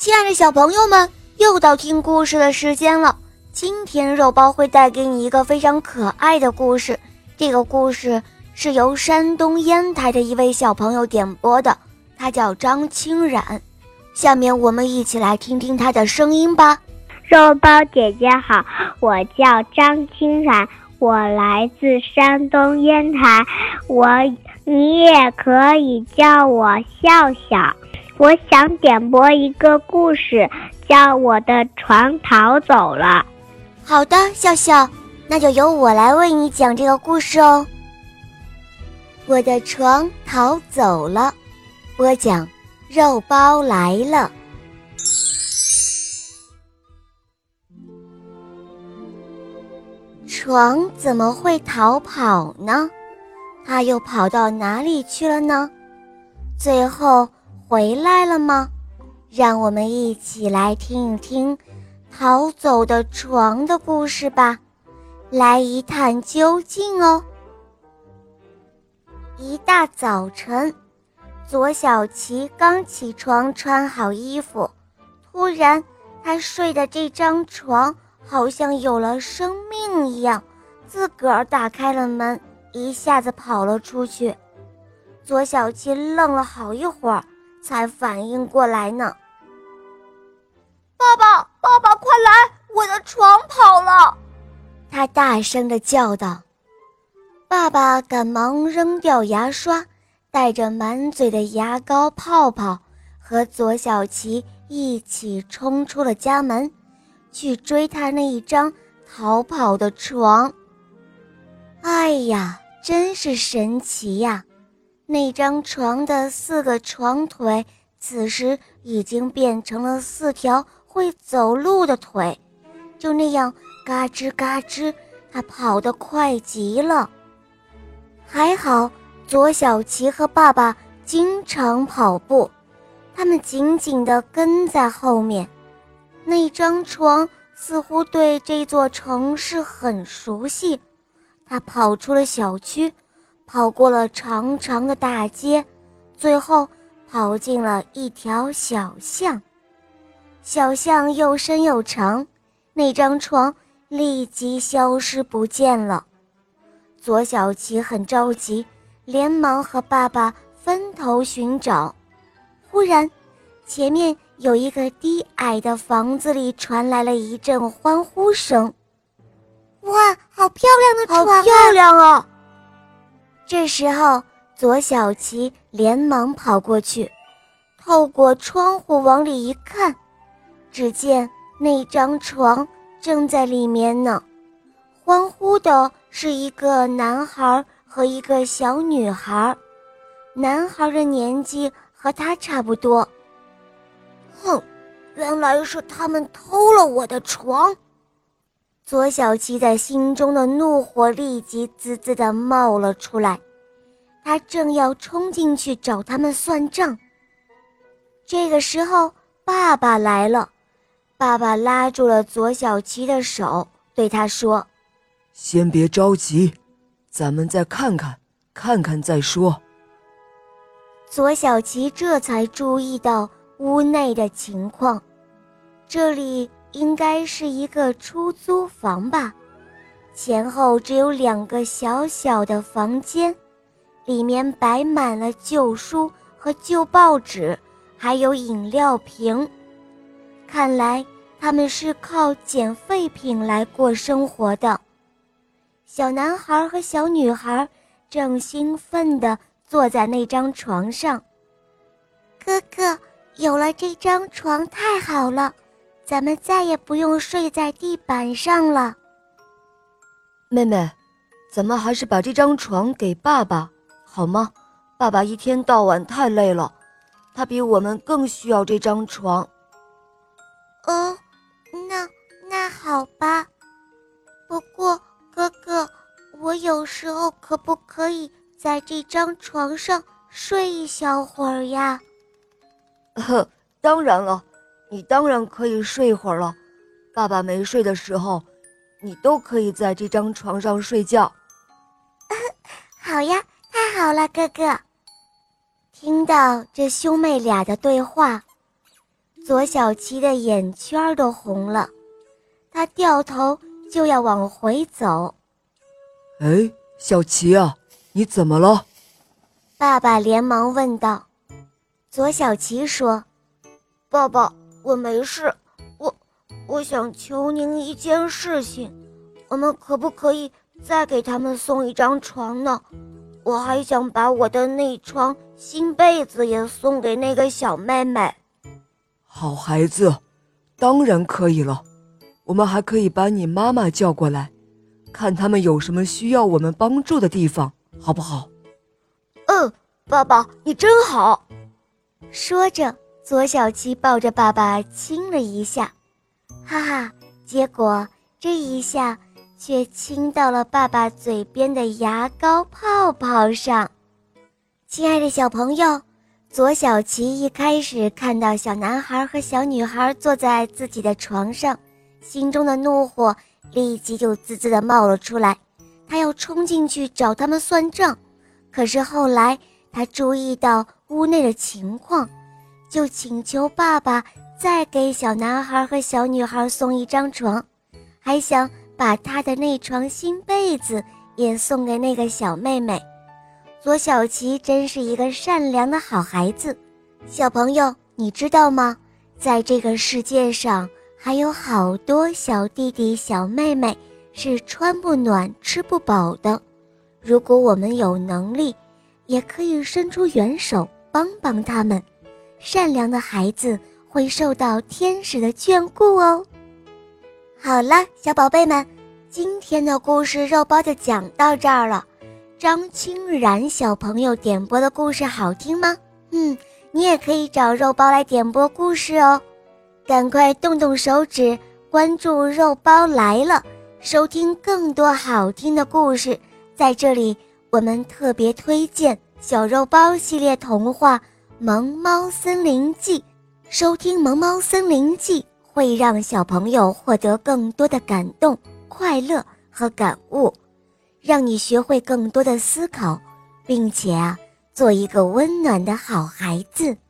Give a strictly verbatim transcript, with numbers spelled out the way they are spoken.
亲爱的小朋友们，又到听故事的时间了。今天肉包会带给你一个非常可爱的故事，这个故事是由山东烟台的一位小朋友点播的，他叫张清冉。下面我们一起来听听他的声音吧。 肉包姐姐好，我叫张清冉，我来自山东烟台，我你也可以叫我笑笑。我想点播一个故事，叫《我的床逃走了》。 好的，笑笑，那就由我来为你讲这个故事哦。我的床逃走了，播讲肉包来了。床怎么会逃跑呢？它又跑到哪里去了呢？最后回来了吗？让我们一起来听一听逃走的床的故事吧，来一探究竟哦。一大早晨，左小琪刚起床，穿好衣服，突然他睡的这张床好像有了生命一样，自个儿打开了门，一下子跑了出去。左小琪愣了好一会儿才反应过来呢。爸爸，爸爸，快来，我的床跑了！他大声地叫道。爸爸赶忙扔掉牙刷，带着满嘴的牙膏泡泡，和左小琪一起冲出了家门，去追他那一张逃跑的床。哎呀，真是神奇呀！那张床的四个床腿此时已经变成了四条会走路的腿，就那样嘎吱嘎吱，他跑得快极了。还好左小琪和爸爸经常跑步，他们紧紧地跟在后面。那张床似乎对这座城市很熟悉，他跑出了小区，跑过了长长的大街，最后跑进了一条小巷。小巷又深又长，那张床立即消失不见了。左小琪很着急，连忙和爸爸分头寻找。忽然，前面有一个低矮的房子里传来了一阵欢呼声。哇，好漂亮的床啊！好漂亮啊！这时候，左小琪连忙跑过去，透过窗户往里一看，只见那张床正在里面呢。欢呼的是一个男孩和一个小女孩，男孩的年纪和他差不多。哼，原来是他们偷了我的床！左小琪在心中的怒火立即滋滋地冒了出来，他正要冲进去找他们算账。这个时候，爸爸来了，爸爸拉住了左小琪的手，对他说： 先别着急，咱们再看看，看看再说。 左小琪这才注意到屋内的情况，这里应该是一个出租房吧，前后只有两个小小的房间，里面摆满了旧书和旧报纸，还有饮料瓶。看来他们是靠捡废品来过生活的。小男孩和小女孩正兴奋地坐在那张床上。哥哥，有了这张床太好了，咱们再也不用睡在地板上了。 妹妹，咱们还是把这张床给爸爸，好吗？爸爸一天到晚太累了，他比我们更需要这张床。 哦，那那好吧。不过哥哥，我有时候可不可以在这张床上睡一小会儿呀？ 呵，当然了，你当然可以睡会儿了。爸爸没睡的时候，你都可以在这张床上睡觉。 好呀，太好了，哥哥。听到这兄妹俩的对话， 左小琪的眼圈都红了，他掉头就要往回走。 哎，小琪啊，你怎么了？ 爸爸连忙问道。左小琪说：爸爸，我没事，我我想求您一件事情，我们可不可以再给他们送一张床呢？我还想把我的那床新被子也送给那个小妹妹。 好孩子，当然可以了。我们还可以把你妈妈叫过来，看他们有什么需要我们帮助的地方，好不好？ 嗯，爸爸，你真好。说着，左小琪抱着爸爸亲了一下，哈哈，结果这一下却亲到了爸爸嘴边的牙膏泡泡上。亲爱的小朋友，左小琪一开始看到小男孩和小女孩坐在自己的床上，心中的怒火立即就滋滋地冒了出来，他要冲进去找他们算账。可是后来他注意到屋内的情况，就请求爸爸再给小男孩和小女孩送一张床，还想把他的那床新被子也送给那个小妹妹。左小琪真是一个善良的好孩子。小朋友，你知道吗？在这个世界上还有好多小弟弟小妹妹是穿不暖吃不饱的，如果我们有能力，也可以伸出援手帮帮他们。善良的孩子会受到天使的眷顾哦。好了，小宝贝们，今天的故事肉包就讲到这儿了。张清然小朋友点播的故事好听吗？嗯，你也可以找肉包来点播故事哦。赶快动动手指关注肉包来了，收听更多好听的故事。在这里我们特别推荐小肉包系列童话《萌猫森林记》，收听《萌猫森林记》会让小朋友获得更多的感动、快乐和感悟，让你学会更多的思考，并且啊，做一个温暖的好孩子。